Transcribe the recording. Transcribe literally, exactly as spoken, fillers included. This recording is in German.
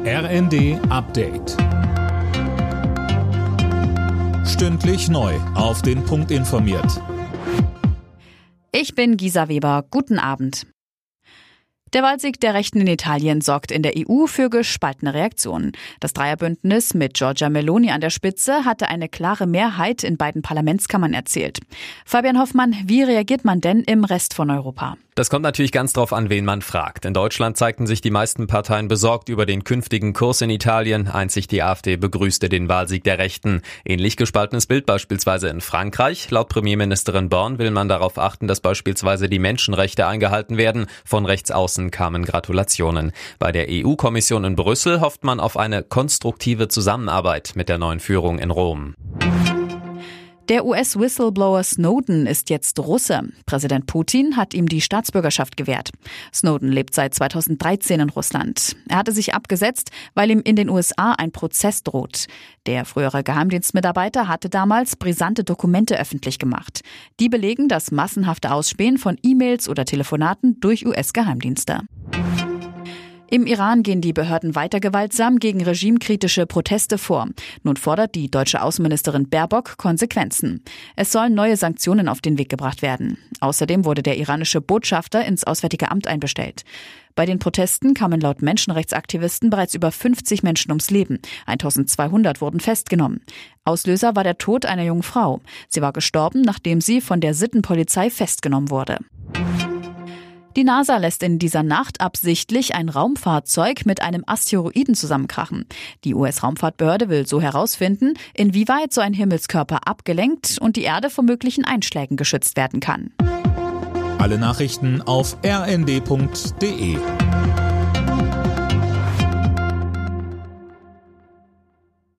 R N D Update. Stündlich neu auf den Punkt informiert. Ich bin Gisa Weber. Guten Abend. Der Wahlsieg der Rechten in Italien sorgt in der E U für gespaltene Reaktionen. Das Dreierbündnis mit Giorgia Meloni an der Spitze hatte eine klare Mehrheit in beiden Parlamentskammern erzielt. Fabian Hoffmann, wie reagiert man denn im Rest von Europa? Das kommt natürlich ganz drauf an, wen man fragt. In Deutschland zeigten sich die meisten Parteien besorgt über den künftigen Kurs in Italien. Einzig die AfD begrüßte den Wahlsieg der Rechten. Ähnlich gespaltenes Bild beispielsweise in Frankreich. Laut Premierministerin Born will man darauf achten, dass beispielsweise die Menschenrechte eingehalten werden. Von rechts außen kamen Gratulationen. Bei der E U-Kommission in Brüssel hofft man auf eine konstruktive Zusammenarbeit mit der neuen Führung in Rom. Der U S-Whistleblower Snowden ist jetzt Russe. Präsident Putin hat ihm die Staatsbürgerschaft gewährt. Snowden lebt seit zweitausenddreizehn in Russland. Er hatte sich abgesetzt, weil ihm in den U S A ein Prozess droht. Der frühere Geheimdienstmitarbeiter hatte damals brisante Dokumente öffentlich gemacht. Die belegen das massenhafte Ausspähen von E-Mails oder Telefonaten durch U S-Geheimdienste. Im Iran gehen die Behörden weiter gewaltsam gegen regimekritische Proteste vor. Nun fordert die deutsche Außenministerin Baerbock Konsequenzen. Es sollen neue Sanktionen auf den Weg gebracht werden. Außerdem wurde der iranische Botschafter ins Auswärtige Amt einbestellt. Bei den Protesten kamen laut Menschenrechtsaktivisten bereits über fünfzig Menschen ums Leben. eintausendzweihundert wurden festgenommen. Auslöser war der Tod einer jungen Frau. Sie war gestorben, nachdem sie von der Sittenpolizei festgenommen wurde. Die NASA lässt in dieser Nacht absichtlich ein Raumfahrzeug mit einem Asteroiden zusammenkrachen. Die U S-Raumfahrtbehörde will so herausfinden, inwieweit so ein Himmelskörper abgelenkt und die Erde vor möglichen Einschlägen geschützt werden kann. Alle Nachrichten auf r n d punkt d e.